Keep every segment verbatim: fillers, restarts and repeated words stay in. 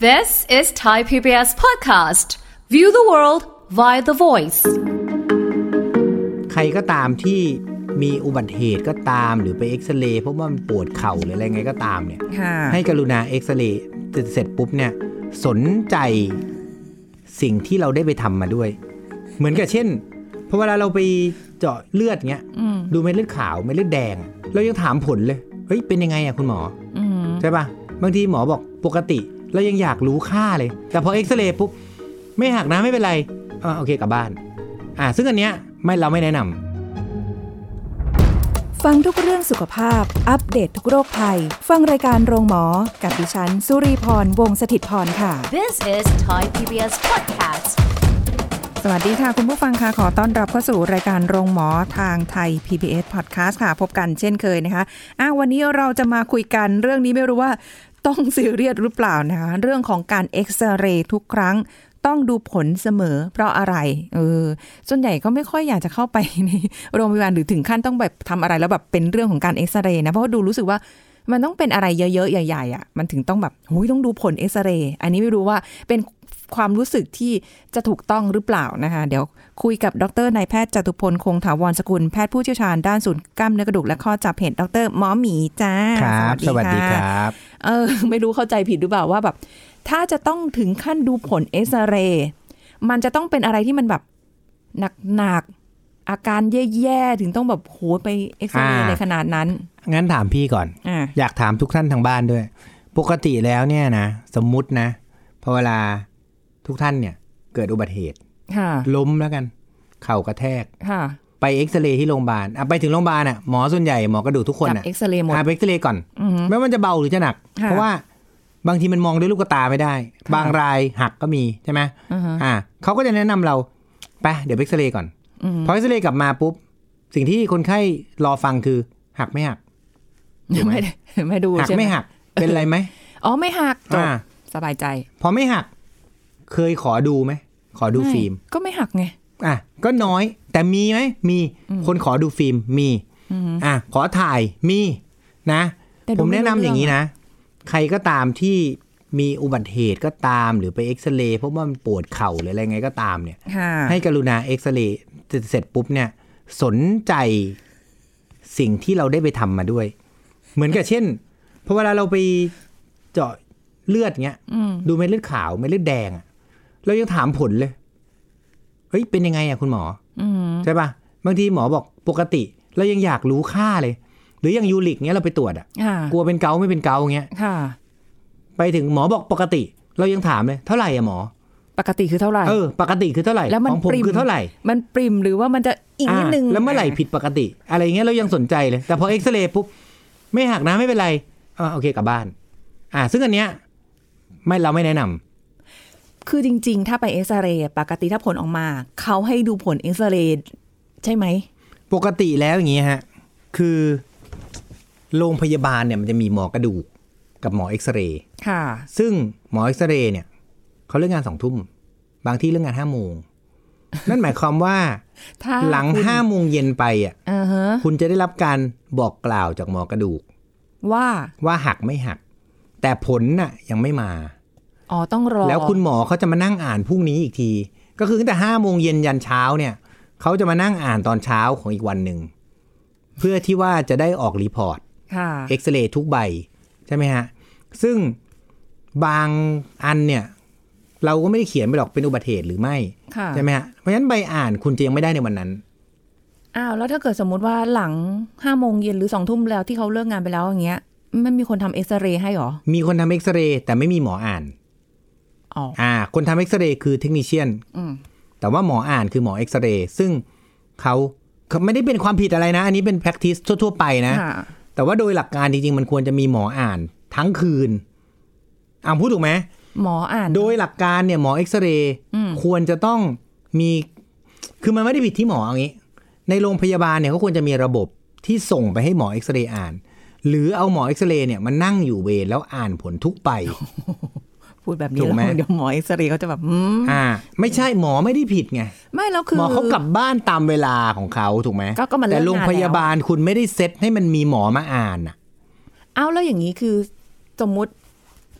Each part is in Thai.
This is Thai พี บี เอส podcast. View the world via the voice. ใครก็ตามที่มีอุบัติเหตุก็ตามหรือไปเอ็กซเรย์เพราะว่ามันปวดเข่าหรืออะไรไงก็ตามเนี่ยให้กรุณาเอ็กซเรย์เสร็จปุ๊บเนี่ยสนใจสิ่งที่เราได้ไปทำมาด้วยเหมือนกับเช่นพอเวลาเราไปเจาะเลือดเงี้ยดูเม็ดเลือดขาวเม็ดเลือดแดงเรายังถามผลเลยเฮ้ยเป็นยังไงอะคุณหมอใช่ป่ะบางทีหมอบอกปกติเรายังอยากรู้ค่าเลยแต่พอเอ็กซเรย์ปุ๊บไม่หักนะไม่เป็นไรอ่าโอเคกลับบ้านอ่าซึ่งอันเนี้ยไม่เราไม่แนะนำฟังทุกเรื่องสุขภาพอัปเดต ท, ทุกโรคภัยฟังรายการโรงหมอกับดิฉันสุรีพรวงศ์สถิตย์พรค่ะ This is Thai พี บี เอส podcast. สวัสดีค่ะคุณผู้ฟังค่ะขอต้อนรับเข้าสู่รายการโรงหมอทางไทย พี บี เอส podcast ค่ะพบกันเช่นเคยนะคะอ่ะวันนี้เราจะมาคุยกันเรื่องนี้ไม่รู้ว่าต้องซีเรียสหรือเปล่านะคะเรื่องของการเอ็กซเรย์ทุกครั้งต้องดูผลเสมอเพราะอะไรเออส่วนใหญ่ก็ไม่ค่อยอยากจะเข้าไปในโรงพยาบาลหรือถึงขั้นต้องแบบทำอะไรแล้วแบบเป็นเรื่องของการเอ็กซเรย์นะเพราะว่าดูรู้สึกว่ามันต้องเป็นอะไรเยอะๆใหญ่ๆอ่ะมันถึงต้องแบบโอ้ยต้องดูผลเอ็กซเรย์อันนี้ไม่รู้ว่าเป็นความรู้สึกที่จะถูกต้องหรือเปล่านะคะเดี๋ยวคุยกับดร.นายแพทย์จตุพลคงถาวรสกุลแพทย์ผู้เชี่ยวชาญด้านศูนย์กล้ามเนื้อกระดูกและข้อจับเห็นดร.หมอหมีจ้าครับสวัสดีครับเออไม่รู้เข้าใจผิดหรือเปล่าว่าแบบถ้าจะต้องถึงขั้นดูผลเอ็กซเรย์มันจะต้องเป็นอะไรที่มันแบบหนักๆอาการแย่ๆถึงต้องแบบโหไปเอ็กซเรย์ในขนาดนั้นงั้นถามพี่ก่อนอ อยากถามทุกท่านทางบ้านด้วยปกติแล้วเนี่ยนะสมมุตินะพอเวลาทุกท่านเนี่ยเกิดอุบัติเหตุล้มแล้วกันเข่ากระแทกไปเอ็กซเรย์ที่โรงพยาบาลไปถึงโรงพยาบาลอ่ะหมอส่วนใหญ่หมอกระดูกทุกคนอ่ะเอ็กซเรย์หมดไปเอ็กซเรย์ก่อนไม่ว่าจะเบาหรือจะหนักเพราะว่าบางทีมันมองด้วยลูกตาไม่ได้บางรายหักก็มีใช่ไหมอ่าเขาก็จะแนะนำเราไปเดี๋ยวเอ็กซเรย์ก่อนพอเอ็กซเรย์กลับมาปุ๊บสิ่งที่คนไข้รอฟังคือหักไม่หักไม่ไม่ดูหักไม่หักเป็นไรไหมอ๋อไม่หักจบสบายใจพอไม่หักเคยขอดูไหมขอดูฟิล์มก็ไม่หักไงอ่ะก็น้อยแต่มีไหมมีคนขอดูฟิล์มมีอ่ะขอถ่ายมีนะผมแนะนำอย่างนี้นะใครก็ตามที่มีอุบัติเหตุก็ตามหรือไปเอ็กซเรย์เพราะว่ามันปวดเข่าหรืออะไรไงก็ตามเนี่ยให้กรุณาเอ็กซเรย์เสร็จปุ๊บเนี่ยสนใจสิ่งที่เราได้ไปทำมาด้วยเหมือนกับเช่นพอเวลาเราไปเจาะเลือดเงี้ยดูเม็ดเลือดขาวเม็ดเลือดแดงอ่ะเรายังถามผลเลยเฮ้ยเป็นยังไงอ่ะคุณหมอใช่ป่ะบางทีหมอบอกปกติเรายังอยากรู้ค่าเลยหรืออย่างยูริกเงี้ยเราไปตรวจอ่ะกลัวเป็นเกาไม่เป็นเกาเงี้ยไปถึงหมอบอกปกติเรายังถามเลยเท่าไหร่อ่ะหมอปกติคือเท่าไหร่เออปกติคือเท่าไหร่ของผมคือเท่าไหร่มันปริมหรือว่ามันจะอีกนิดนึงแล้วเมื่อไหร่ผิดปกติอะไรเงี้ยเรายังสนใจเลยแต่พอเอ็กซเรย์ปุ๊บไม่หักนะไม่เป็นไรอ่าโอเคกลับบ้านอ่าซึ่งอันเนี้ยไม่เราไม่แนะนำคือจริงๆถ้าไปเอ็กซเรย์ปกติถ้าผลออกมาเขาให้ดูผลเอ็กซเรย์ใช่ไหมปกติแล้วอย่างนี้ฮะคือโรงพยาบาลเนี่ยมันจะมีหมอกระดูกกับหมอเอ็กซเรย์ค่ะซึ่งหมอเอ็กซเรย์เนี่ยเขาเลิกงานสองทุ่มบางที่เลิกงานห้าโมงนั่นหมายความว่าหลังห้าโมงเย็นไปอ่ะ uh-huh. คุณจะได้รับการบอกกล่าวจากหมอกระดูกว่าว่าหักไม่หักแต่ผลน่ะยังไม่มาอ๋อต้องรอแล้วคุณหมอเขาจะมานั่งอ่านพรุ่งนี้อีกทีก็คือตั้งแต่ห้าโมงเย็นยันเช้าเนี่ยเขาจะมานั่งอ่านตอนเช้าของอีกวันหนึ่งเพื่อที่ว่าจะได้ออกรีพอร์ตเอ็กซเรย์ทุกใบใช่ไหมฮะซึ่งบางอันเนี่ยเราก็ไม่ได้เขียนไปหรอกเป็นอุบัติเหตุหรือไม่ใช่ไหมฮะเพราะฉะนั้นใบอ่านคุณจะยังไม่ได้ในวันนั้นอ้าวแล้วถ้าเกิดสมมุติว่าหลังห้าโมงเย็นหรือสองทุ่มแล้วที่เขาเลิกงานไปแล้วอย่างเงี้ยไม่มีคนทำเอ็กซเรย์ให้หรอมีคนทำเอ็กซเรย์แต่ไม่มีหมออ่านอ๋ออ่าคนทำเอ็กซเรย์คือเทคนิเชียนแต่ว่าหมออ่านคือหมอเอ็กซเรย์ซึ่งเขาเขาไม่ได้เป็นความผิดอะไรนะอันนี้เป็น practice ทั่วๆไปนะแต่ว่าโดยหลักการจริงๆมันควรจะมีหมออ่านทั้งคืนอ่าพูดถูกไหมหมออ่านโดยหลักการเนี่ยหมอเอ็กซเรย์ควรจะต้องมีคือมันไม่ได้ผิดที่หมออย่างนี้ในโรงพยาบาลเนี่ยเขาควรจะมีระบบที่ส่งไปให้หมอเอ็กซเรย์อ่านหรือเอาหมอเอ็กซเรย์เนี่ยมันนั่งอยู่เวรแล้วอ่านผลทุกใบพูดแบบนี้แล้วเดี๋ยวหมอเอ็กซเรย์เขาจะแบบอืมอ่าไม่ใช่หมอไม่ได้ผิดไงไม่แล้วคือหมอเขากลับบ้านตามเวลาของเขาถูกไหมแต่โรงพยาบาลคุณไม่ได้เซตให้มันมีหมอมาอ่านอ่ะเอาแล้วอย่างนี้คือสมมุติ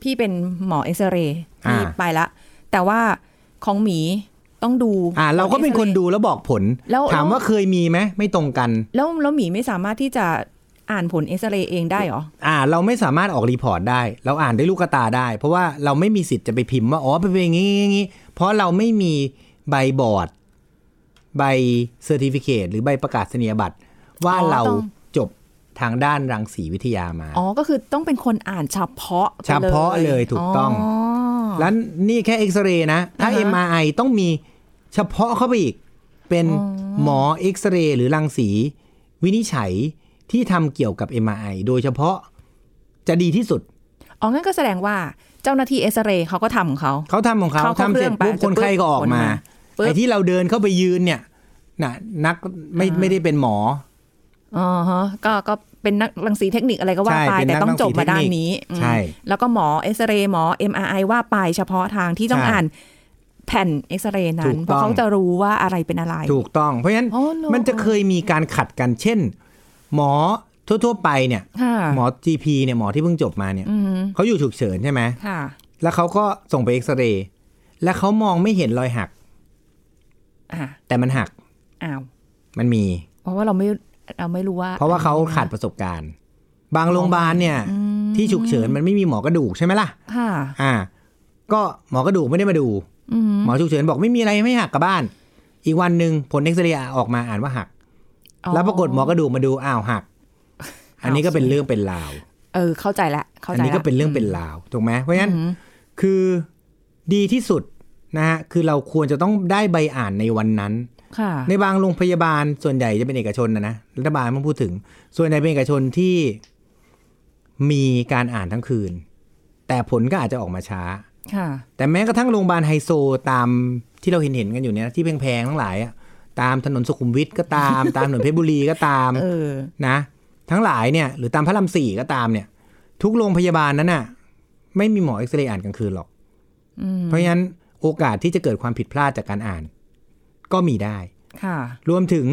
พี่เป็นหมอเอ็กซเรย์พี่ไปละแต่ว่าของหมีต้องดูอ่าเราก็เป็นคนดูแล้วบอกผลถามว่าเคยมีไหมไม่ตรงกันแล้วแล้วหมีไม่สามารถที่จะอ่านผลเอ็กซเรย์เองได้หรออ่าเราไม่สามารถออกรีพอร์ตได้เราอ่านด้วยลูกตาได้เพราะว่าเราไม่มีสิทธิ์จะไปพิมพ์ว่าอ๋อเป็นอย่างงี้อย่างงี้เพราะเราไม่มีใบบอร์ดใบเซอร์ติฟิเคตหรือใบประกาศนียบัตรว่าเราจบทางด้านรังสีวิทยามาอ๋อก็คือต้องเป็นคนอ่านเฉพาะเฉพาะเลยถูกต้องแล้วนี่แค่เอ็กซเรย์นะถ้า เอ็ม อาร์ ไอ ต้องมีเฉพาะเข้าไปอีกเป็นหมอเอ็กซเรย์หรือรังสีวินิจฉัยที่ทำเกี่ยวกับ เอ็ม อาร์ ไอ โดยเฉพาะจะดีที่สุดอ๋องั้นก็แสดงว่าเจ้าหน้าที่เอ็กซเรย์เขาก็ทำของเขาเขาทำของเขาทำเสร็จปุ๊บคนไข้ก็ออกมาไอ้ที่เราเดินเข้าไปยืนเนี่ยน่ะนักไม่ไม่ได้เป็นหมออ๋อฮะก็ก็เป็นนักรังสีเทคนิคอะไรก็ว่าไปแต่ต้องจบมาด้านนี้ใช่แล้วก็หมอเอ็กซเรย์หมอ เอ็ม อาร์ ไอ ว่าไปเฉพาะทางที่ต้องอ่านแผ่นเอ็กซเรย์นั้นเพราะเขาจะรู้ว่าอะไรเป็นอะไรถูกต้องเพราะฉะนั้นมันจะเคยมีการขัดกันเช่นหมอทั่วๆไปเนี่ยหมอ จี พี เนี่ยหมอที่เพิ่งจบมาเนี่ยเขาอยู่ฉุกเฉินใช่ไหมแล้วเขาก็ส่งไปเอ็กซเรย์แล้วเขามองไม่เห็นรอยหักแต่มันหักอ้าวมันมีเพราะว่าเราไม่เราไม่รู้ว่าเพราะว่าเขาขาดประสบการณ์บางโรงพยาบาลเนี่ยที่ฉุกเฉินมันไม่มีหมอกระดูกใช่ไหมล่ะค่ะอ่าก็หมอกระดูกไม่ได้มาดูหมอฉุกเฉินบอกไม่มีอะไรไม่หักกลับบ้านอีกวันนึงผลเอ็กซเรย์ออกมาอ่านว่าหักแล้วปรากฏหมอกระดูกมาดูอ้าวหักอันนี้ก็เป็นเรื่องเป็นราวเออเข้าใจละเข้าใจอันนี้ก็เป็นเรื่องเป็นราวถูกไหมเพราะฉะนั้นคือดีที่สุดนะฮะคือเราควรจะต้องได้ใบอ่านในวันนั้นในบางโรงพยาบาลส่วนใหญ่จะเป็นเอกชนนะนะรัฐบาลไม่พูดถึงส่วนใหญ่เป็นเอกชนที่มีการอ่านทั้งคืนแต่ผลก็อาจจะออกมาช้าแต่แม้กระทั่งโรงพยาบาลไฮโซตามที่เราเห็นเห็นกันอยู่เนี่ยที่แพงๆทั้งหลายอ่ะตามถนนสุขุมวิทก็ตาม ตามถนนเพชรบุรีก็ตามนะทั้งหลายเนี่ยหรือตามพระรามสี่ก็ตามเนี่ยทุกโรงพยาบาลนั้นน่ะไม่มีหมอเอ็กซเรย์อ่านกลางคืนหรอกเพราะฉะนั้นโอกาสที่จะเกิดความผิดพลาดจากการอ่านก็มีได้รวมถึง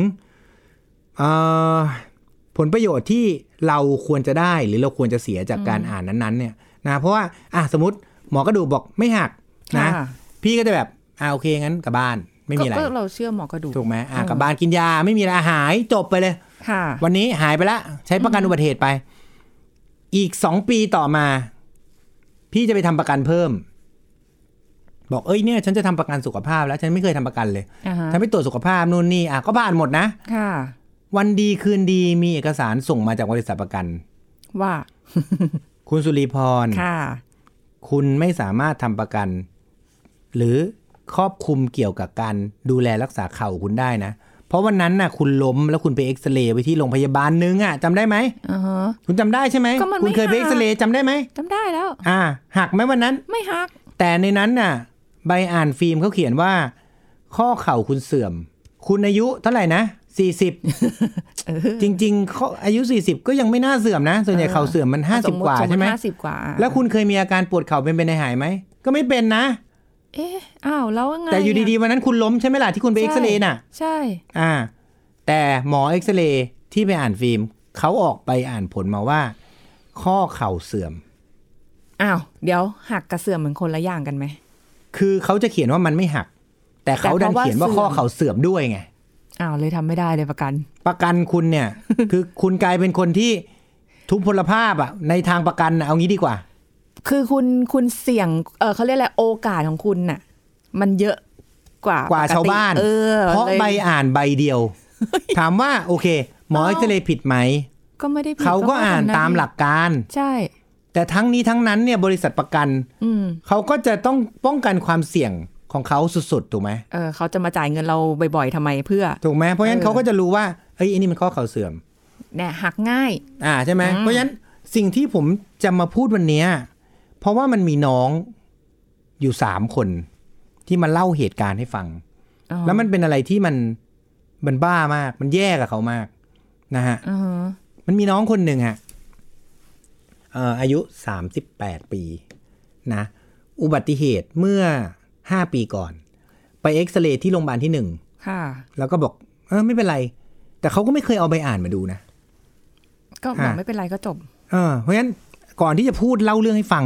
ผลประโยชน์ที่เราควรจะได้หรือเราควรจะเสียจากการอ่านนั้นๆเนี่ยนะเพราะว่าอ่ะสมมติหมอกระดูกบอกไม่หักนะพี่ก็จะแบบอ่าโอเคงั้นกลับบ้านไม่มีอะไรก็เราเชื่อหมอกระดูกถูกไหมอ่ากลับบ้านกินยาไม่มีอะไรหายจบไปเลยวันนี้หายไปแล้วใช้ประกันอุบัติเหตุไปอีกสองปีต่อมาพี่จะไปทำประกันเพิ่มบอกเอ้ยเนี่ยฉันจะทำประกันสุขภาพแล้วฉันไม่เคยทำประกันเลย uh-huh. ฉันไปตรวจสุขภาพนู่นนี่อ่ะก็ผ่านหมดนะวันดีคืนดีมีเอกสารส่งมาจากบริษัทประกันว่าคุณสุริพรคุณไม่สามารถทำประกันหรือครอบคลุมเกี่ยวกับการดูแลรักษาเข่าคุณได้นะเพราะวันนั้นน่ะคุณล้มแล้วคุณไปเอ็กซเรย์ไปที่โรงพยาบาลนึงอ่ะจำได้ไหม uh-huh. คุณจำได้ใช่ไหมคุณเคยไปเอ็กซเรย์จำได้ไหมจำได้แล้วอ่าหักไหมวันนั้นไม่หักแต่ในนั้นน่ะใบอ่านฟิล์มเขาเขียนว่าข้อเข่าคุณเสื่อมคุณอายุเท่าไหร่นะสี่สิบ จริงๆเขาอายุสี่สิบก็ยังไม่น่าเสื่อมนะส่วนใหญ่เข่าเสื่อมมันห้าสิบกว่าใช่ไหมห้าสิบกว่าแล้วคุณเคยมีอาการปวดเข่าเป็นไปในหายไหมก็ไม่เป็นนะเอ๊ะอ้าวแล้วไงแต่อยู่ดีๆวันนั้นคุณล้มใช่ไหมล่ะที่คุณไปเอ็กซเรย์น่ะใช่อ่าแต่หมอเอ็กซเรย์ที่ไปอ่านฟิล์มเขาออกไปอ่านผลมาว่าข้อเข่าเสื่อมอ้าวเดี๋ยวหักกับเสื่อมเหมือนคนละอย่างกันไหมคือเขาจะเขียนว่ามันไม่หักแต่เขาดันเขียนว่าข้อเข่าเสื่อมด้วยไงอ้าวเลยทำไม่ได้เลยประกันประกันคุณเนี่ย คือคุณกลายเป็นคนที่ทุพพลภาพอ่ะในทางประกันเอางี้ดีกว่าคือคุณคุณเสี่ยงเออเขาเรียกอะไรโอกาสของคุณน่ะมันเยอะกว่ากว่าชาวบ้านเพราะใบอ่านใบเดียว ถามว่าโอเคหมอเอ็กซเรย์ผิดไหมก็ไม่ได้ผิดเขาก็อ่านตามหลักการใช่แต่ทั้งนี้ทั้งนั้นเนี่ยบริษัทประกันเขาก็จะต้องป้องกันความเสี่ยงของเขาสุดๆถูกไหมเออเขาจะมาจ่ายเงินเราบ่อยๆทำไมเพื่อถูกไหมเพราะฉะนั้นเขาก็จะรู้ว่าเอ้ยอันนี้มันข้อเข่าเสื่อมเนี่ยหักง่ายอ่าใช่ไหมเพราะฉะนั้นสิ่งที่ผมจะมาพูดวันนี้เพราะว่ามันมีน้องอยู่สามคนที่มาเล่าเหตุการณ์ให้ฟังแล้วมันเป็นอะไรที่มันมันบ้ามากมันแย่กับเขามากนะฮะมันมีน้องคนหนึ่งฮะเอ่ออายุสามสิบแปดปีนะอุบัติเหตุเมื่อห้าปีก่อนไปเอ็กซเรย์ที่โรงพยาบาลที่หนึ่งค่ะแล้วก็บอกเออไม่เป็นไรแต่เขาก็ไม่เคยเอาใบอ่านมาดูนะก็บอกไม่เป็นไรก็จบเออเพราะฉะนั้นก่อนที่จะพูดเล่าเรื่องให้ฟังเนี่ย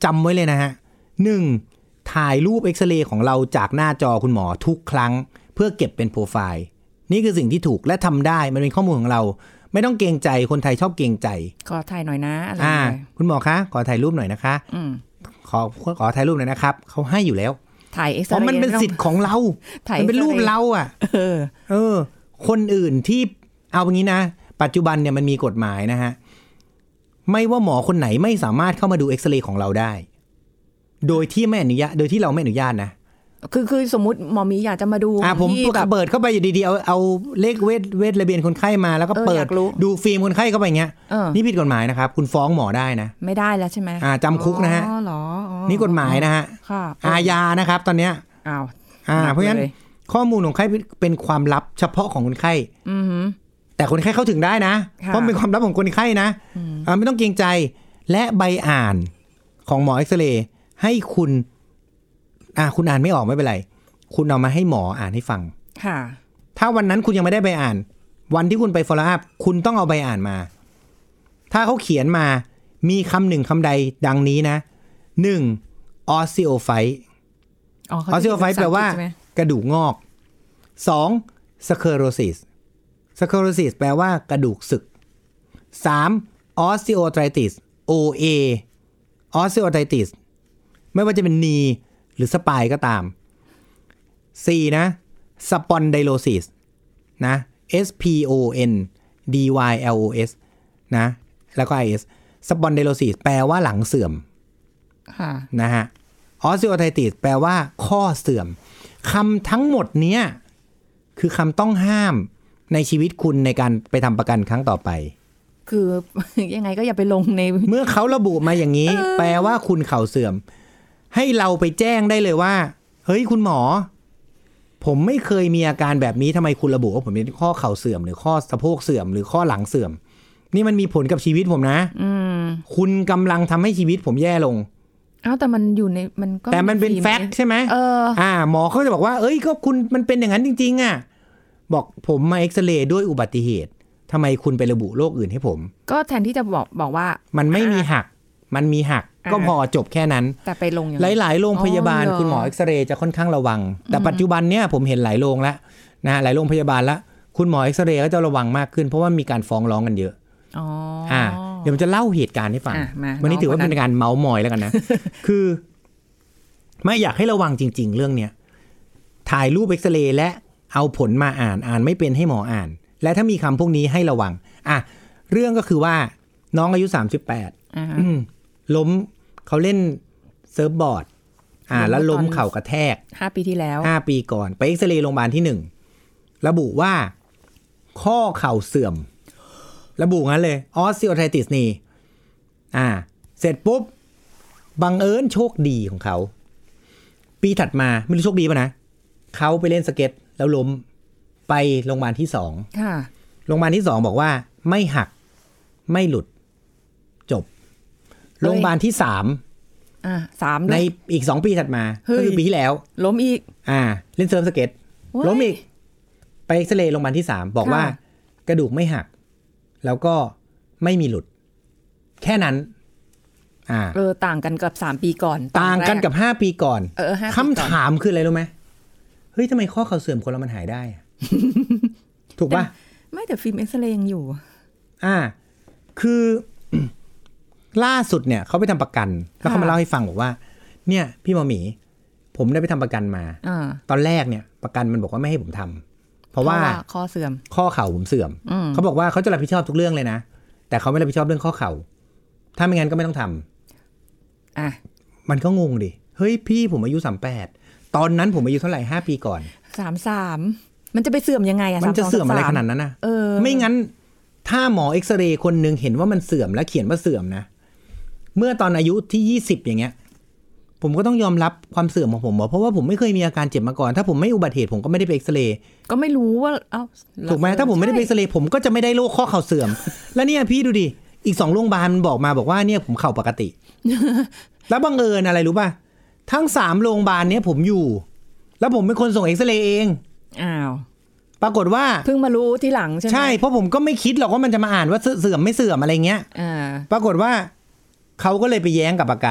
จำไว้เลยนะฮะหนึ่งถ่ายรูปเอ็กซเรย์ของเราจากหน้าจอคุณหมอทุกครั้งเพื่อเก็บเป็นโปรไฟล์นี่คือสิ่งที่ถูกและทำได้มันเป็นข้อมูลของเราไม่ต้องเกรงใจคนไทยชอบเกรงใจขอถ่ายหน่อยนะอะไรอ่าคุณหมอคะขอถ่ายรูปหน่อยนะคะอืมขอขอถ่ายรูปหน่อยนะครับเขาให้อยู่แล้วถ่ายเอ็กซเรย์เพราะมันเป็นสิทธิ์ของเรามันเป็นรูปเราอ่ะเออเออคนอื่นที่เอาอย่างนี้นะปัจจุบันเนี่ยมันมีกฎหมายนะฮะไม่ว่าหมอคนไหนไม่สามารถเข้ามาดูเอ็กซเรย์ของเราได้โดยที่ไม่อนุญาตโดยที่เราไม่อนุญาตนะคือคือสมมุติหมอมีอยากจะมาดูอ่าผมเปิดเข้าไปอยู่ดีๆเอาเอาเลขเวทเวทระเบียนคนไข้มาแล้วก็เปิดดูฟิล์มคนไข้เข้าไปอย่างเงี้ยนี่ผิดกฎหมายนะครับคุณฟ้องหมอได้นะไม่ได้แล้วใช่ไหมอ่าจำคุกนะฮะอ๋อเหรอนี่กฎหมายนะฮะอาญานะครับตอนเนี้ยอ้าวอ่าเพราะฉะนั้นข้อมูลของคนไข้เป็นความลับเฉพาะของคนไข้แต่คนไข้เข้าถึงได้นะเพราะเป็นความลับของคนไข้นะอ่าไม่ต้องเกรงใจและใบอ่านของหมอเอ็กซเรย์ให้คุณอ่าคุณอ่านไม่ออกไม่เป็นไรคุณเอามาให้หมออ่านให้ฟังค่ะถ้าวันนั้นคุณยังไม่ได้ใบอ่านวันที่คุณไป follow up คุณต้องเอาใบอ่านมาถ้าเขาเขียนมามีคำหนึ่งคำใดดังนี้นะหนึ่ง osteophyte osteophyte แปลว่ากระดูกงอกสอง sclerosis sclerosis แปลว่ากระดูกสึกสาม osteoarthritis โอ เอ osteoarthritis ไม่ว่าจะเป็น knee หรือสปายก็ตามสี่นะ spondylosis นะ S P O N D Y L O S นะแล้วก็ I S spondylosis แปลว่าหลังเสื่อมนะฮะ osteoarthritis แปลว่าข้อเสื่อมคำทั้งหมดเนี้ยคือคำต้องห้ามในชีวิตคุณในการไปทำประกันครั้งต่อไปคือยังไงก็อย่าไปลงในเมื่อเขาระบุมาอย่างนี้ แปลว่าคุณเข่าเสื่อมให้เราไปแจ้งได้เลยว่าเฮ้ยคุณหมอผมไม่เคยมีอาการแบบนี้ทำไมคุณระบุว่าผมเป็นข้อเข่าเสื่อมหรือข้อสะโพกเสื่อมหรือข้อหลังเสื่อมนี่มันมีผลกับชีวิตผมนะคุณกำลังทำให้ชีวิตผมแย่ลงอ้าวแต่มันอยู่ในมันก็แต่มันเป็นแฟกต์ใช่ไหมเอออ่าหมอเขาจะบอกว่าเอ้ยก็คุณมันเป็นอย่างนั้นจริงๆอ่ะบอกผมมาเอ็กซเรย์ด้วยอุบัติเหตุทำไมคุณไประบุโรคอื่นให้ผมก็แทนที่จะบอกบอกว่ามันไม่มีหักมันมีหักก็พอจบแค่นั้นแต่ไปลงอย่างหลายๆโรงพยาบาลคุณหมอเอ็กซเรย์จะค่อนข้างระวังแต่ปัจจุบันเนี่ยผมเห็นหลายโรงแล้วนะหลายโรงพยาบาลแล้วคุณหมอเอ็กซเรย์ก็จะระวังมากขึ้นเพราะว่ามีการฟ้องร้องกันเยอะอ๋ออ่าเดี๋ยวผมจะเล่าเหตุการณ์ให้ฟังวันนี้ถือว่าเป็นการเมาส์มอยแล้วกันนะคือไม่อยากให้ระวังจริงๆเรื่องเนี้ยถ่ายรูปเอ็กซเรย์และเอาผลมาอ่านอ่านไม่เป็นให้หมออ่านและถ้ามีคำพวกนี้ให้ระวังอ่ะเรื่องก็คือว่าน้องอายุสามสิบแปดล้มเขาเล่นเซิร์ฟบอร์ดอ่าแล้วล้มเข่ากระแทกห้าปีที่แล้วห้าปีก่อนไปเอ็กซเรย์โรงพยาบาลที่หนึ่งระบุว่าข้อเข่าเสื่อมระบุงั้นเลยออสติโอไทติสนี่อ่าเสร็จปุ๊บบังเอิญโชคดีของเขาปีถัดมาไม่รู้โชคดีป่ะนะเขาไปเล่นสเก็ตแล้วล้มไปโรงพยาบาลที่สองโรงพยาบาลที่สองบอกว่าไม่หักไม่หลุดจบโรงพยาบาลที่สามอ่าสามในอีกสองปีถัดมาก็คือปีที่แล้วล้มอีกอ่าเล่นเซิร์ฟสเก็ตล้มอีกไปเอ็กซเรย์โรงพยาบาลที่สามบอกว่ากระดูกไม่หักแล้วก็ไม่มีหลุดแค่นั้นอ่าเออต่างกันกับสามปีก่อนต่างกันกับห้าปีก่อนเออคำถามคืออะไรรู้ไหมเฮ้ยทำไมข้อเข่าเสื่อมคนเรามันหายได้ ถูกป่ะไม่แต่ฟิล์มเอ็กซเรย์ยังอยู่อ่าคือ ล่าสุดเนี่ยเขาไปทำประกันแล้วเขามาเล่าให้ฟังบอกว่าเนี่ยพี่หมอหมีผมได้ไปทำประกันมาตอนแรกเนี่ยประกันมันบอกว่าไม่ให้ผมทำเพราะว่าข้อเสื่อมข้อเข่าผมเสื่อมเขาบอกว่าเขาจะรับผิดชอบทุกเรื่องเลยนะแต่เขาไม่รับผิดชอบเรื่องข้อเข่าถ้าไม่งั้นก็ไม่ต้องทำอ่ะมันก็งงดิเฮ้ยพี่ผมอายุสามแปดตอนนั้นผมอายุเท่าไหร่ห้าปีก่อนสามสามมันจะไปเสื่อมยังไงอะมันจะเสื่อมอะไรขนาดนั้นนะไม่งั้นถ้าหมอเอ็กซเรย์คนนึงเห็นว่ามันเสื่อมและเขียนว่าเสื่อมนะเมื่อตอนอายุที่ยี่สิบอย่างเงี้ยผมก็ต้องยอมรับความเสื่อมของผมเพราะว่าผมไม่เคยมีอาการเจ็บมาก่อนถ้าผมไม่อุบัติเหตุผมก็ไม่ได้ไปเอ็กซเรย์ก็ไม่รู้ว่าเอ้าถูกไหมถ้าผมไม่ได้ไปเอ็กซเรย์ผมก็จะไม่ได้โรคข้อเข่าเสื่อมแล้วเนี่ยพี่ดูดิอีกสองโรงพยาบาลบอกมาบอกว่าเนี่ยผมเข่าปกติ แล้วบังเอิญอะไรรู้ป่ะทั้งสามโรงพยาบาลเนี้ยผมอยู่แล้วผมเป็นคนส่งเอ็กซเรย์เองอ้าวปรากฏว่าเพิ่งมารู้ทีหลังใช่ไหมใช่เพราะผมก็ไม่คิดหรอกว่ามันจะมาอ่านว่าเสื่อมไม่เสื่อมอะไรเงี้ยปรากฏว่าเขาก็เลยไปแย้งกับประกัน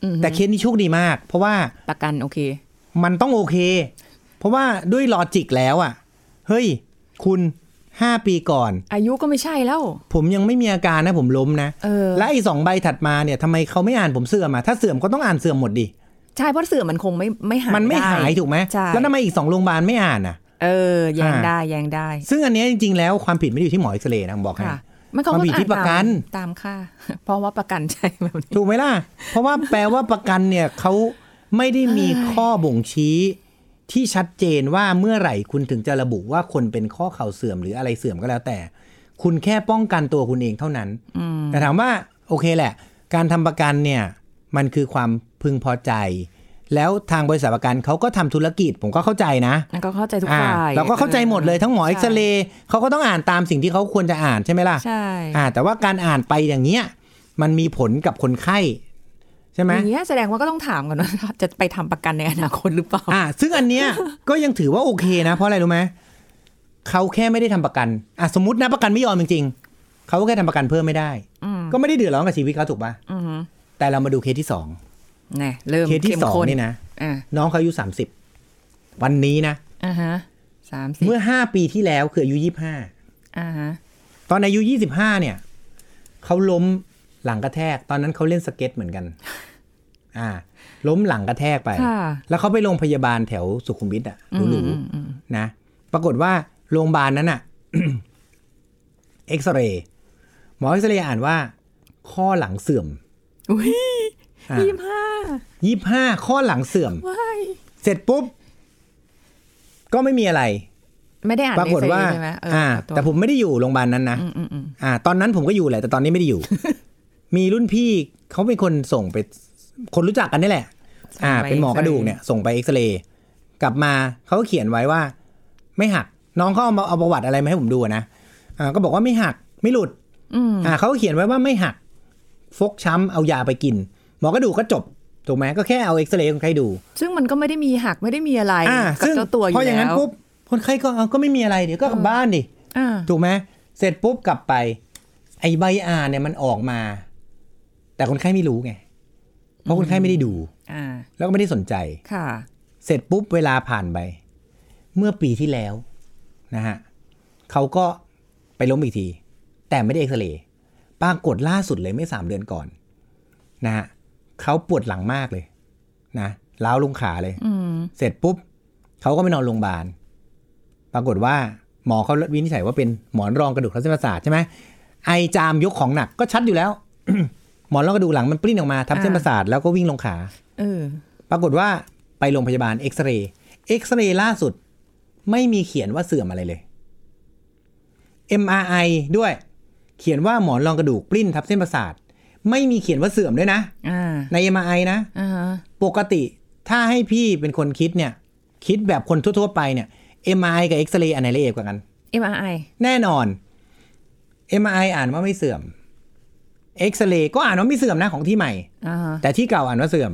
แต่เคสนี้โชคดีมากเพราะว่าประกันโอเคมันต้องโอเคเพราะว่าด้วยลอจิกแล้วอ่ะเฮ้ยคุณห้าปีก่อนอายุก็ไม่ใช่แล้วผมยังไม่มีอาการนะผมล้มนะและไอ้สองใบถัดมาเนี่ยทำไมเขาไม่อ่านผมเสื่อมอ่ะถ้าเสื่อมก็ต้องอ่านเสื่อมหมดดิใช่เพราะเสื่อมมันคงไม่ไม่หายมันไม่หายถูกไหมแล้วทำไมอีกสองโรงพยาบาลไม่อ่านอ่ะเออแยงได้แยงได้ซึ่งอันนี้จริงๆแล้วความผิดไม่ได้อยู่ที่หมอเอ็กซเรย์นะผมบอกให้ความผิดที่ประกันตามค่าเพราะว่าประกันใช่แบบนี้ถูกไหมล่ะเพราะว่าแปลว่าประกันเนี่ยเขาไม่ได้มีข้อบ่งชี้ที่ชัดเจนว่าเมื่อไหร่คุณถึงจะระบุว่าคนเป็นข้อเข่าเสื่อมหรืออะไรเสื่อมก็แล้วแต่คุณแค่ป้องกันตัวคุณเองเท่านั้นแต่ถามว่าโอเคแหละการทำประกันเนี่ยมันคือความพึงพอใจแล้วทางบริษัทประกันเขาก็ทำธุรกิจผมก็เข้าใจนะก็เข้าใจทุกฝ่ายเราก็เข้าใจหมดเลยทั้งหมอเอ็กซเรย์เขาก็ต้องอ่านตามสิ่งที่เขาควรจะอ่านใช่ไหมล่ะใช่แต่ว่าการอ่านไปอย่างเงี้ยมันมีผลกับคนไข้ใช่ไหมอย่างเงี้ยแสดงว่าก็ต้องถามก่อนว่าจะไปทำประกันในอนาคตหรือเปล่าอ่าซึ่งอันเนี้ยก็ยังถือว่าโอเคนะเพราะอะไรรู้ไหมเขาแค่ไม่ได้ทำประกันอ่ะสมมตินะประกันไม่ยอมจริงๆเขาแค่ทำประกันเพิ่มไม่ได้ก็ไม่ได้เดือดร้อนกับชีวิตเขาถูกป่ะแต่เรามาดูเคสที่สองเนี่ยเริ่มเคสที่สองนี่นะน้องเขาอายุสามสิบวันนี้นะอ่าฮะสามสิบเมื่อห้าปีที่แล้วคืออายุยี่สิบห้าอ่าฮะตอนอายุยี่สิบห้าเนี่ยเขาล้มหลังกระแทกตอนนั้นเขาเล่นสเก็ตเหมือนกันอ่าล้มหลังกระแทกไปแล้วเขาไปโรงพยาบาลแถวสุขุมวิทอ่ะหรูๆนะปรากฏว่าโรงพยาบาลนั้นอ่ะ เอ็กซเรย์หมอเอ็กซเรย์อ่านว่าข้อหลังเสื่อมอุ้ยยี่สิบห้ายี่สิบห้าข้อหลังเสื่อมเสร็จปุ๊บก็ไม่มีอะไรไม่ได้อ่านปรากฏว่าอ่าแต่ผมไม่ได้อยู่โรงพยาบาลนั้นนะอ่าตอนนั้นผมก็อยู่แหละแต่ตอนนี้ไม่ได้อยู่ มีรุ่นพี่เขาเป็นคนส่งไปคนรู้จักกันนี่แหละอ่าเป็นหมอกระดูกเนี่ยส่งไปเอ็กซเรย์กลับมาเขาก็เขียนไว้ว่าไม่หักน้องเขาเอาเอาประวัติอะไรมาให้ผมดูนะอ่าก็บอกว่าไม่หักไม่หลุดอ่าเขาก็เขียนไว้ว่าไม่หักฟกช้ำเอายาไปกินหมอกระดูกก็จบถูกไหมก็แค่เอาเอ็กซเรย์คนไข้ดูซึ่งมันก็ไม่ได้มีหักไม่ได้มีอะไรกับเจ้าตัวอยู่แล้วพออย่างนั้นปุ๊บคนไข้ก็ก็ไม่มีอะไรเดี๋ยวก็กลับบ้านดิถูกไหมเสร็จปุ๊บกลับไปไอ้ใบอ่านเนี่ยมันออกมาแต่คนไข้ไม่รู้ไงเพราะคนไข้ไม่ได้ดูแล้วก็ไม่ได้สนใจค่ะเสร็จปุ๊บเวลาผ่านไปเมื่อปีที่แล้วนะฮะเขาก็ไปล้มอีกทีแต่ไม่ได้เอ็กซเรย์ปรากฏล่าสุดเลยเมื่อสามเดือนก่อนนะฮะเขาปวดหลังมากเลยนะล้าวลงขาเลยเสร็จปุ๊บเขาก็ไปนอนโรงพยาบาลปรากฏว่าหมอเขาวินิจฉัยว่าเป็นหมอนรองกระดูกทับเส้นประสาทใช่ไหมไอจามยกของหนักก็ชัดอยู่แล้ว หมอนรองกระดูกหลังมันปลิ้นออกมาทับเส้นประสาทแล้วก็วิ่งลงขาปรากฏว่าไปโรงพยาบาลเอ็กซเรย์เอ็กซเรย์ล่าสุดไม่มีเขียนว่าเสื่อมอะไรเลย เอ็ม อาร์ ไอ ด้วยเขียนว่าหมอนรองกระดูกปลิ้นทับเส้นประสาทไม่มีเขียนว่าเสื่อมด้วยนะใน เอ็ม อาร์ ไอ นะปกติถ้าให้พี่เป็นคนคิดเนี่ยคิดแบบคนทั่วๆไปเนี่ย เอ็ม อาร์ ไอ กับเอ็กซเรย์อันไหนละเอียดกว่ากันเอ็ม อาร์ ไอแน่นอน เอ็ม อาร์ ไอ อ่านว่าไม่เสื่อมเอ็กซเรย์ก็อ่านว่าไม่เสื่อมนะของที่ใหม่แต่ที่เก่าอ่านว่าเสื่อม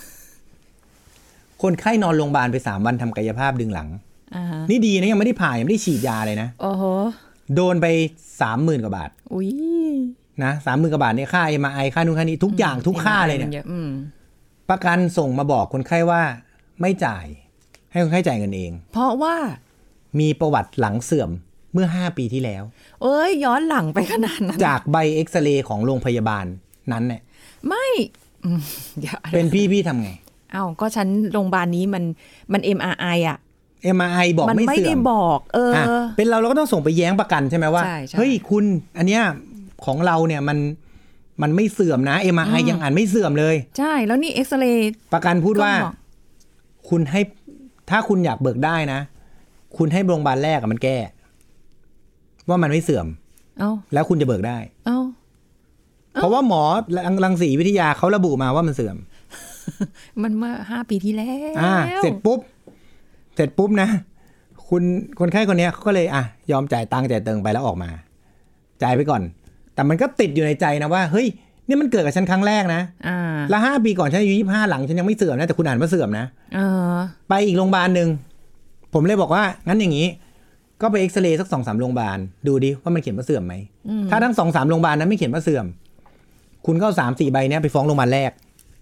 คนไข้นอนโรงพยาบาลไปสามวันทำกายภาพดึงหลังนี่ดีนะยังไม่ได้ผ่ายังไม่ได้ฉีดยาเลยนะโอ้โหโดนไปสามหมื่นกว่าบาทอุ้ยนะสามหมื่นกว่าบาทเนี่ยค่า เอ็ม อาร์ ไอ ค่านู่นค่านี้ทุกอย่างทุกค่าเลยเนี่ยประกันส่งมาบอกคนไข้ว่าไม่จ่ายให้คนไข้จ่ายเงินเองเพราะว่ามีประวัติหลังเสื่อมเมื่อห้าปีที่แล้วเอ้ยย้อนหลังไปขนาดนั้นจากใบเอ็กซเรย์ของโรงพยาบาลนั้นเนี่ยไม่เป็นพี่พี่ทำไงเอ้าก็ฉันโรงพยาบาลนี้มันมัน เอ็ม อาร์ ไอ อ่ะเอ็ม อาร์ ไอ บอกไม่เสื่อมมันไม่ได้บอกเออเป็นเราเราก็ต้องส่งไปแย้งประกันใช่ไหมว่าเฮ้ยคุณอันเนี้ยของเราเนี่ยมันมันไม่เสื่อมนะ เอ็ม อาร์ ไอ ยังอ่านไม่เสื่อมเลยใช่แล้วนี่เอ็กซเรย์ประกันพูดว่าคุณให้ถ้าคุณอยากเบิกได้นะคุณให้โรงพยาบาลแรกมันแก้ว่ามันไม่เสื่อมเอาแล้วคุณจะเบิกได้เอาเพราะว่าหมอรังสีวิทยาเขาระบุมาว่ามันเสื่อมมันเมื่อห้าปีที่แล้วอ่าเสร็จปุ๊บเสร็จปุ๊บนะคุณคนไข้คนนี้เขาก็เลยอ่ะยอมจ่ายตังค์จ่ายเติงไปแล้วออกมาจ่ายไปก่อนแต่มันก็ติดอยู่ในใจนะว่าเฮ้ยนี่มันเกิดกับฉันครั้งแรกนะอ่าแล้วห้าปีก่อนฉันอายุยี่สิบห้าหลังฉันยังไม่เสื่อมนะแต่คุณอ่านว่าเสื่อมนะเออไปอีกโรงพยาบาลนึงผมเลยบอกว่างั้นอย่างนี้ก็ไปเอ็กซเรย์สัก สองสาม โรงพยาบาลดูดิว่ามันเขียนว่าเสื่อมไหมถ้าทั้ง สองสาม โรงพยาบาลนั้นไม่เขียนว่าเสื่อมคุณก็เอา สามสี่ ใบเนี้ยไปฟ้องโรงพยาบาลแรก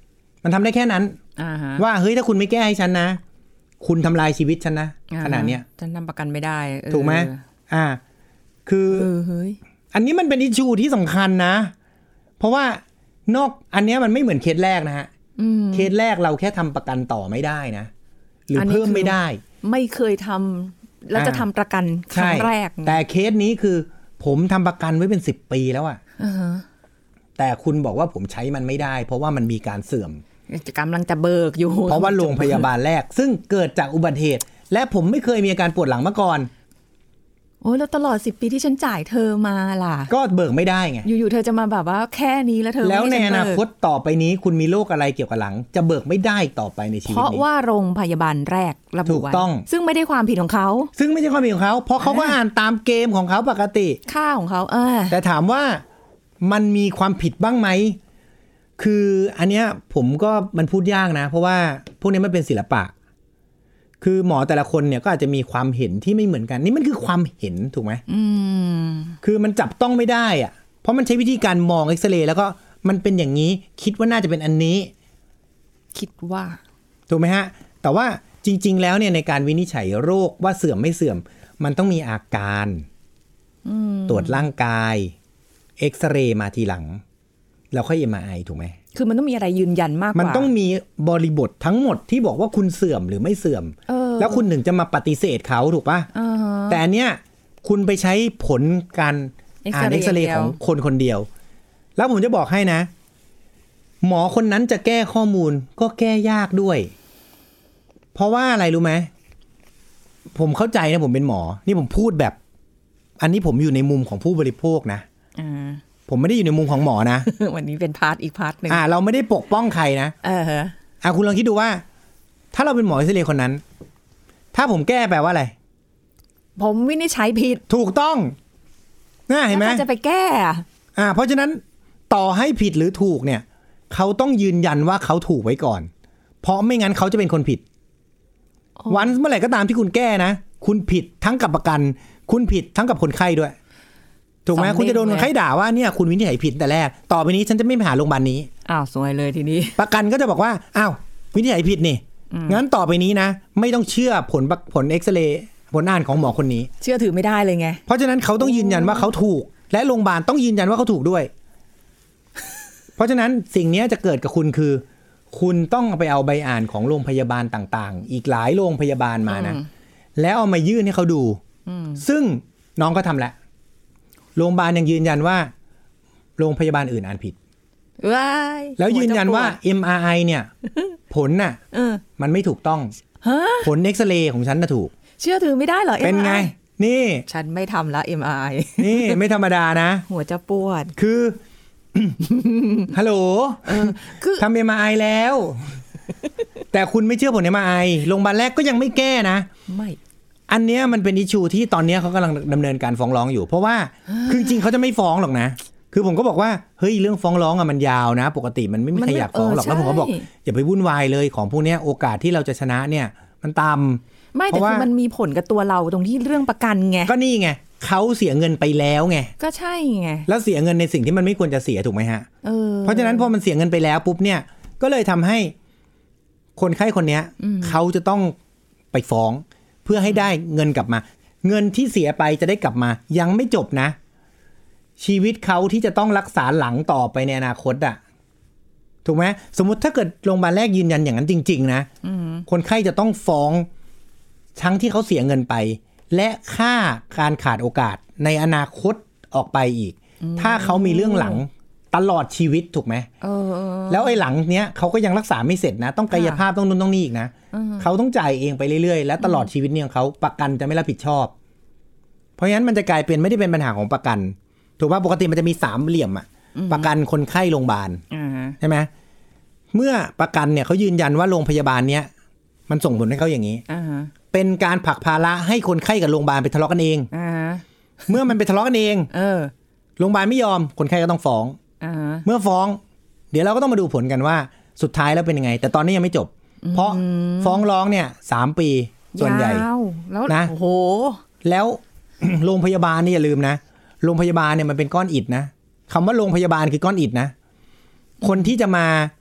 มันทำได้แค่นั้น uh-huh. ว่าเฮ้ยถ้าคุณไม่แก้ให้ฉันนะคุณทำลายชีวิตฉันนะ uh-huh. ขนาดเนี้ยฉันทำประกันไม่ได้ถูกไหมอ่าคือเออเฮ้ยอันนี้มันเป็นอิชชูที่สำคัญนะเพราะว่านอกอันนี้มันไม่เหมือนเคสแรกนะฮะเคสแรกเราแค่ทำประกันต่อไม่ได้นะหรือเพิ่มไม่ได้ไม่เคยทำแล้วจะทำประกันครั้งแรกแต่เคสนี้คือผมทำประกันไว้เป็นสิบปีแล้วอะแต่คุณบอกว่าผมใช้มันไม่ได้เพราะว่ามันมีการเสื่อมกำลังจะเบิกอยู่เพราะว่าโรงพยาบาลแรกซึ่งเกิดจากอุบัติเหตุและผมไม่เคยมีอาการปวดหลังมาก่อนโอ้แล้วตลอดสิบปีที่ฉันจ่ายเธอมาล่ะก็เบิกไม่ได้ไงอยู่ๆเธอจะมาแบบว่าแค่นี้แล้วเธอแล้วในอนาคตต่อไปนี้คุณมีโรคอะไรเกี่ยวกับหลังจะเบิกไม่ได้ต่อไปในชีวิตนี้เพราะว่าโรงพยาบาลแรกระบุไว้ถูกต้องซึ่งไม่ได้ความผิดของเขาซึ่งไม่ใช่ความผิดของเขาเพราะเขาก็อ่านตามเกมของเขาปกติค่าของเขาเออแต่ถามว่ามันมีความผิดบ้างไหมคืออันเนี้ยผมก็มันพูดยากนะเพราะว่าพวกนี้มันเป็นศิลปะคือหมอแต่ละคนเนี่ยก็อาจจะมีความเห็นที่ไม่เหมือนกันนี่มันคือความเห็นถูกไหมอืมคือมันจับต้องไม่ได้อะเพราะมันใช้วิธีการมองเอ็กซเรย์แล้วก็มันเป็นอย่างนี้คิดว่าน่าจะเป็นอันนี้คิดว่าถูกไหมฮะแต่ว่าจริงๆแล้วเนี่ยในการวินิจฉัยโรคว่าเสื่อมไม่เสื่อมมันต้องมีอาการตรวจร่างกายเอ็กซเรย์มาทีหลังแล้วค่อย เอ็ม อาร์ ไอ ถูกไหมคือมันต้องมีอะไรยืนยันมากกว่ามันต้องมีบริบททั้งหมดที่บอกว่าคุณเสื่อมหรือไม่เสื่อมแล้วคุณถึงจะมาปฏิเสธเขาถูกป่ะแต่อันเนี้ยคุณไปใช้ผลการอ่านเอ็กซเรย์ของคนคนเดียวแล้วผมจะบอกให้นะหมอคนนั้นจะแก้ข้อมูลก็แก้ยากด้วยเพราะว่าอะไรรู้ไหมผมเข้าใจนะผมเป็นหมอนี่ผมพูดแบบอันนี้ผมอยู่ในมุมของผู้บริโภคนะผมไม่ได้อยู่ในมุมของหมอนะวันนี้เป็นพาร์ทอีกพาร์ทนึงอ่าเราไม่ได้ปกป้องใครนะเออฮะอ่าคุณลองคิดดูว่าถ้าเราเป็นหมอเอ็กซเรย์คนนั้นถ้าผมแก้แปลว่าอะไรผมวินิจฉัยผิดถูกต้องน่าเห็นไหมจะไปแก้อ่าเพราะฉะนั้นต่อให้ผิดหรือถูกเนี่ยเขาต้องยืนยันว่าเขาถูกไว้ก่อนเพราะไม่งั้นเขาจะเป็นคนผิดวันเมื่อไหร่ก็ตามที่คุณแก้นะคุณผิดทั้งกับประกันคุณผิดทั้งกับคนไข้ด้วยถูกไหมคุณจะโดนคนไข้ด่าว่าเนี่ยคุณวินิจฉัยผิดแต่แรกต่อไปนี้ฉันจะไม่ไปหาโรงพยาบาลนี้อ้าวสวยเลยทีนี้ประกันก็จะบอกว่าอ้าววินิจฉัยผิดนี่งั้นต่อไปนี้นะไม่ต้องเชื่อผลผลเอ็กซเรย์ผลอ่านของหมอคนนี้เชื่อถือไม่ได้เลยไงเพราะฉะนั้นเขาต้องยืนยันว่าเขาถูกและโรงพยาบาลต้องยืนยันว่าเขาถูกด้วย เพราะฉะนั้นสิ่งนี้จะเกิดกับคุณคือคุณต้องไปเอาใบอ่านของโรงพยาบาลต่างๆอีกหลายโรงพยาบาลมานะแล้วเอามายื่นให้เขาดูซึ่งน้องก็ทำแล้วโรงพยาบาลยังยืนยันว่าโรงพยาบาลอื่นอ่านผิดแล้วยืนยันว่า เอ็ม อาร์ ไอ เนี่ยผลน่ะมันไม่ถูกต้องผลเอ็กซเรย์ของฉันน่ะถูกเชื่อถือไม่ได้เหรอเป็นไงนี่ฉันไม่ทำละ เอ็ม อาร์ ไอนี่ไม่ธรรมดานะหัวจะปวดคือฮัลโหลทำ เอ็ม อาร์ ไอ แล้วแต่คุณไม่เชื่อผล เอ็ม อาร์ ไอ โรงพยาบาลแรกก็ยังไม่แก้นะไม่อันเนี้ยมันเป็นอิชชูที่ตอนนี้เขากำลังดำเนินการฟ้องร้องอยู่เพราะว่าคือจริงเขาจะไม่ฟ้องหรอกนะคือผมก็บอกว่าเฮ้ยเรื่องฟ้องร้องอะมันยาวนะปกติมันไม่มีใครอยากฟ้องหรอกแล้วผมก็บอกอย่าไปวุ่นวายเลยของพวกนี้โอกาสที่เราจะชนะเนี่ยมันต่ำไม่แต่คือมันมีผลกับตัวเราตรงที่เรื่องประกันไงก็นี่ไงเขาเสียเงินไปแล้วไงก็ใช่ไงแล้วเสียเงินในสิ่งที่มันไม่ควรจะเสียถูกไหมฮะเออเพราะฉะนั้นพอมันเสียเงินไปแล้วปุ๊บเนี่ยก็เลยทำให้คนไข้คนนี้เขาจะต้องไปฟ้องเพื่อให้ได้เงินกลับมาเงินที่เสียไปจะได้กลับมายังไม่จบนะชีวิตเขาที่จะต้องรักษาหลังต่อไปในอนาคตอ่ะถูกไหมสมมติถ้าเกิดโรงพยาบาลแรกยืนยันอย่างนั้นจริงๆนะคนไข้จะต้องฟ้องทั้งที่เขาเสียเงินไปและค่าการขาดโอกาสในอนาคตออกไปอีกถ้าเขามีเรื่องหลังตลอดชีวิตถูกไหมแล้วไอ้หลังเนี้ยเขาก็ยังรักษาไม่เสร็จนะต้องกายภาพต้องนู่นต้องนี่อีกนะเขาต้องจ่ายเองไปเรื่อยๆและตลอดชีวิตเนี่ยเขาประกันจะไม่รับผิดชอบเพราะฉะนั้นมันจะกลายเป็นไม่ได้เป็นปัญหาของประกันถูกป่ะปกติมันจะมีสามเหลี่ยมอ่ะประกันคนไข้โรงพยาบาลใช่ไหมเมื่อประกันเนี่ยเขายืนยันว่าโรงพยาบาลเนี้ยมันส่งผลให้เขาอย่างนี้เป็นการผลักภาระให้คนไข้กับโรงพยาบาลไปทะเลาะกันเองเมื่อมันไปทะเลาะกันเองโรงพยาบาลไม่ยอมคนไข้ก็ต้องฟ้องเมื่อฟ้องเดี๋ยวเราก็ต้องมาดูผลกันว่าสุดท้ายแล้วเป็นยังไงแต่ตอนนี้ยังไม่จบเพราะฟ้องร้องเนี่ยสามปีส่วนใหญ่นะโอ้โหแล้ว โรงพยาบาลนี่อย่าลืมนะโรงพยาบาลเนี่ยมันเป็นก้อนอิฐนะคำว่าโรงพยาบาลคือก้อนอิฐนะคนที่จะมา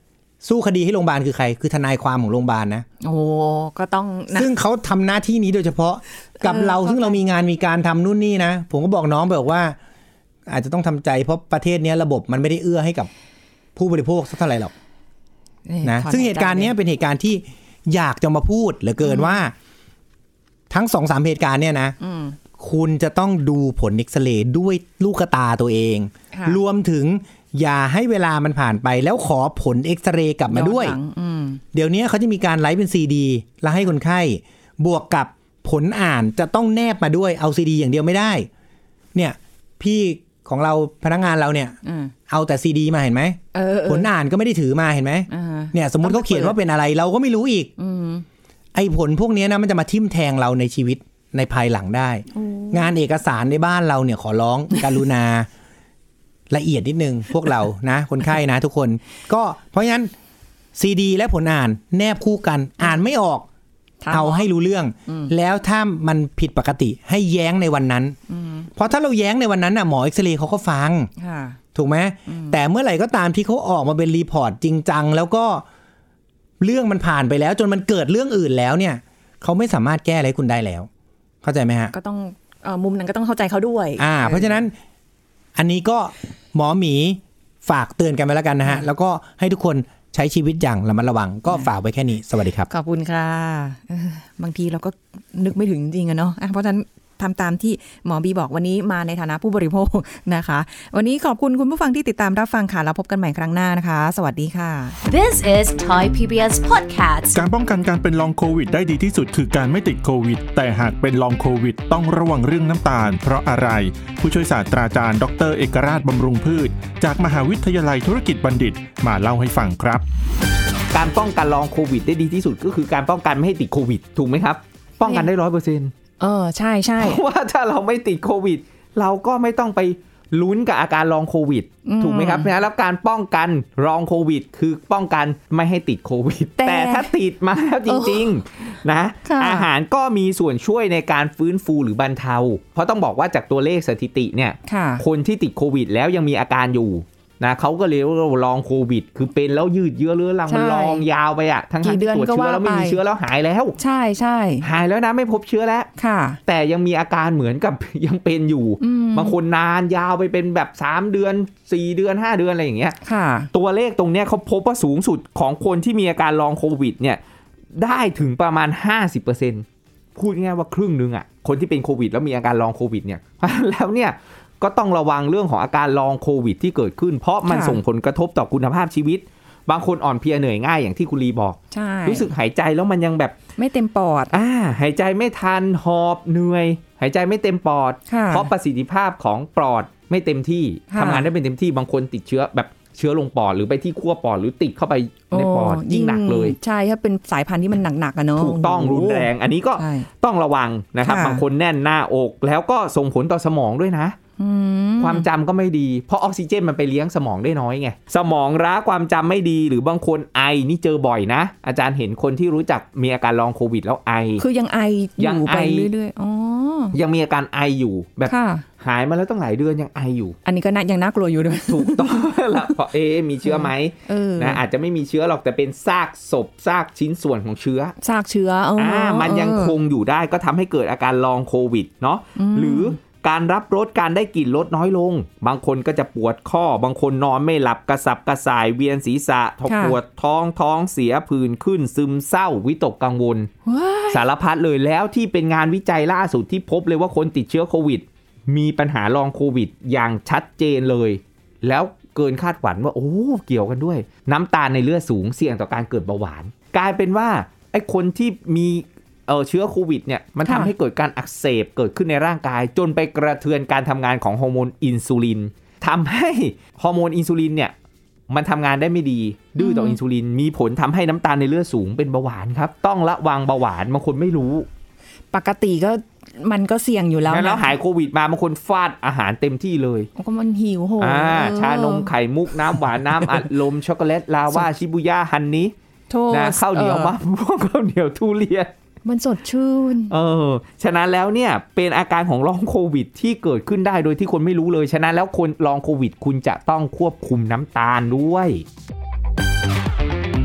สู้คดีให้โรงพยาบาลคือใครคือทนายความของโรงพยาบาลนะโอ้ก็ต้องนะซึ่งเขาทำหน้าที่นี้โดยเฉพาะกับเราซึ่งเรามีงานมีการทำนู่นนี่นะผมก็บอกน้องบอกว่าอาจจะต้องทำใจเพราะประเทศนี้ระบบมันไม่ได้เอื้อให้กับผู้บริโภคสักเท่าไหร่หรอกนะซึ่งเหตุการณ์นี้เป็นเหตุการณ์ที่อยากจะมาพูดเหลือเกินว่าทั้ง สองสาม เหตุการณ์เนี่ยนะคุณจะต้องดูผลเอ็กซเรย์ด้วยลูกตาตัวเองรวมถึงอย่าให้เวลามันผ่านไปแล้วขอผลเอ็กซเรย์กลับมาด้วยเดี๋ยวนี้เขาจะมีการไลฟ์เป็นซีดีแล้วให้คนไข้บวกกับผลอ่านจะต้องแนบมาด้วยเอาซีดีอย่างเดียวไม่ได้เนี่ยพี่ของเราพนักงานเราเนี่ยเอาแต่ซีดีมาเห็นไหมผลอ่านก็ไม่ได้ถือมาเห็นไหมเนี่ยสมมติเขาเขียนว่าเป็นอะไรเราก็ไม่รู้อีกไอ้ผลพวกนี้นะมันจะมาทิ่มแทงเราในชีวิตในภายหลังได้งานเอกสารในบ้านเราเนี่ยขอร้องกรุณาละเอียดนิดนึงพวกเรานะคนไข้นะทุกคนก็เพราะฉะนั้นซีดีและผลอ่านแนบคู่กันอ่านไม่ออกเอาให้รู้เรื่องแล้วถ้ามันผิดปกติให้แย้งในวันนั้นเพราะถ้าเราแย้งในวันนั้นน่ะหมอเอ็กซเรย์เขาก็ฟังถูกไหมแต่เมื่อไหร่ก็ตามที่เขาออกมาเป็นรีพอร์ตจริงจังแล้วก็เรื่องมันผ่านไปแล้วจนมันเกิดเรื่องอื่นแล้วเนี่ยเขาไม่สามารถแก้อะไรคุณได้แล้วเข้าใจไหมฮะก็ต้องเอ่อมุมนั้นก็ต้องเข้าใจเขาด้วยอ่าเพราะฉะนั้นอันนี้ก็หมอหมีฝากเตือนกันไปแล้วกันนะฮะแล้วก็ให้ทุกคนใช้ชีวิตอย่างระมัดระวังก็ฝากไว้แค่นี้สวัสดีครับขอบคุณค่ะบางทีเราก็นึกไม่ถึงจริงอะเนาะเพราะฉะนั้นทำตามที่หมอบีบอกวันนี้มาในฐานะผู้บริโภคนะคะวันนี้ขอบคุณคุณผู้ฟังที่ติดตามรับฟังค่ะแล้วพบกันใหม่ครั้งหน้านะคะสวัสดีค่ะ This is Thai พี บี เอส Podcast การป้องกันการเป็นลองโควิดได้ดีที่สุดคือการไม่ติดโควิดแต่หากเป็นลองโควิดต้องระวังเรื่องน้ำตาลเพราะอะไรผู้ช่วยศาสตราจารย์ดรเอกราชบำรุงพืชจากมหาวิทยาลัยธุรกิจบัณฑิตมาเล่าให้ฟังครับการป้องกันลองโควิดได้ดีที่สุดก็คือการป้องกันไม่ให้ติดโควิดถูกไหมครับป้องกันได้ ร้อยเปอร์เซ็นต์เออใช่ใช่เพราะว่าถ้าเราไม่ติดโควิดเราก็ไม่ต้องไปลุ้นกับอาการลองโควิดถูกไหมครับนะแล้วการป้องกันลองโควิดคือป้องกันไม่ให้ติดโควิด แ, แต่ถ้าติดมาแล้วจริงๆนะอาหารก็มีส่วนช่วยในการฟื้นฟูหรือบรรเทาเพราะต้องบอกว่าจากตัวเลขสถิติเนี่ยคนที่ติดโควิดแล้วยังมีอาการอยู่นะเขาก็เรียกว่าลองโควิดคือเป็นแล้วยืดเยื้อเรื้อรังมันลองยาวไปอ่ะทั้งที่ตรวจเชื้อแล้วไม่มีเชื้อแล้วหายแล้วใช่ใช่หายแล้วนะไม่พบเชื้อแล้วแต่ยังมีอาการเหมือนกับยังเป็นอยู่บางคนนานยาวไปเป็นแบบสามเดือนสี่เดือนห้าเดือนอะไรอย่างเงี้ยตัวเลขตรงเนี้ยเขาพบว่าสูงสุดของคนที่มีอาการลองโควิดเนี่ยได้ถึงประมาณ ห้าสิบเปอร์เซ็นต์ พูดง่ายว่าครึ่งนึงอ่ะคนที่เป็นโควิดแล้วมีอาการลองโควิดเนี่ยแล้วเนี่ยก็ต้องระวังเรื่องของอาการลองโควิดที่เกิดขึ้นเพราะมันส่งผลกระทบต่อคุณภาพชีวิตบางคนอ่อนเพลียเหนื่อยง่ายอย่างที่คุณลีบอกรู้สึกหายใจแล้วมันยังแบบไม่เต็มปอดอ่าหายใจไม่ทันหอบเหนื่อยหายใจไม่เต็มปอดเพราะประสิทธิภาพของปอดไม่เต็มที่ทำงานได้เป็นเต็มที่บางคนติดเชื้อแบบเชื้อลงปอดหรือไปที่ขั้วปอดหรือติดเข้าไปในปอดยิ่งหนักเลยใช่ถ้าเป็นสายพันธุ์ที่มันหนักๆอะเนาะถูกต้องรุนแรงอันนี้ก็ต้องระวังนะครับบางคนแน่นหน้าอกแล้วก็ส่งผลต่อสมองด้วยนะความจำก็ไม่ดีเพราะออกซิเจนมันไปเลี้ยงสมองได้น้อยไงสมองร้าความจำไม่ดีหรือบางคนไอนี่เจอบ่อยนะอาจารย์เห็นคนที่รู้จักมีอาการลองโควิดแล้วไอคือยังไออยู่ไปเรื่อยๆอ๋อยังมีอาการไออยู่แบบหายมาแล้วตั้งหลายเดือนยังไออยู่อันนี้ก็น่ายังน่ากลัวอยู่ด้วยถูกต้องแล้วเพราะเอ๊ะมีเชื้อไหมนะอาจจะไม่มีเชื้อหรอกแต่เป็นซากศพซากชิ้นส่วนของเชื้อซากเชื้ออ่ามันยังคงอยู่ได้ก็ทำให้เกิดอาการลองโควิดเนาะหรือการรับรสการได้กลิ่นลดน้อยลงบางคนก็จะปวดข้อบางคนนอนไม่หลับกระสับกระส่ายเวียนศีรษะปวดท้องท้องเสียผื่นขึ้นซึมเศร้าวิตกกังวลสารพัดเลยแล้วที่เป็นงานวิจัยล่าสุดที่พบเลยว่าคนติดเชื้อโควิดมีปัญหาลองโควิดอย่างชัดเจนเลยแล้วเกินคาดหวังว่าโอ้เกี่ยวกันด้วยน้ำตาลในเลือดสูงเสี่ยงต่อการเกิดเบาหวานกลายเป็นว่าไอ้คนที่มีเออเชื้อโควิดเนี่ยมันทำให้เกิดการอักเสบเกิดขึ้นในร่างกายจนไปกระเทือนการทำงานของฮอร์โมนอินซูลินทำให้ฮอร์โมนอินซูลินเนี่ยมันทำงานได้ไม่ดีดื้อต่ออินซูลินมีผลทำให้น้ำตาลในเลือดสูงเป็นเบาหวานครับต้องระวังเบาหวานบางคนไม่รู้ปกติก็มันก็เสี่ยงอยู่แล้วนะแล้วหายโควิดมาบางคนฟาดอาหารเต็มที่เลยก็มันหิวโหอ่าชานมไข่มุกน้ำหวานน้ำอัดลมช็อกโกแลตลาวาชิบุย่าฮันนี่นะข้าวเหนียวมะม่วงข้าวเหนียวทุเรียนมันสดชื่นเออฉะนั้นแล้วเนี่ยเป็นอาการของลองโควิดที่เกิดขึ้นได้โดยที่คนไม่รู้เลยฉะนั้นแล้วคนลองโควิดคุณจะต้องควบคุมน้ำตาลด้วย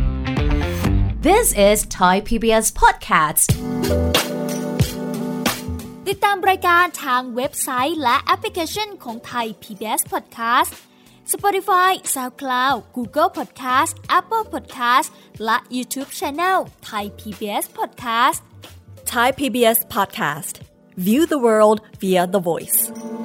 This is Thai พี บี เอส Podcast ติดตามรายการทางเว็บไซต์และแอปพลิเคชันของไทย พี บี เอส Podcast Spotify, SoundCloud, Google Podcast, Apple Podcast และ YouTube Channel Thai พี บี เอส Podcast Thai พี บี เอส Podcast View the world via the voice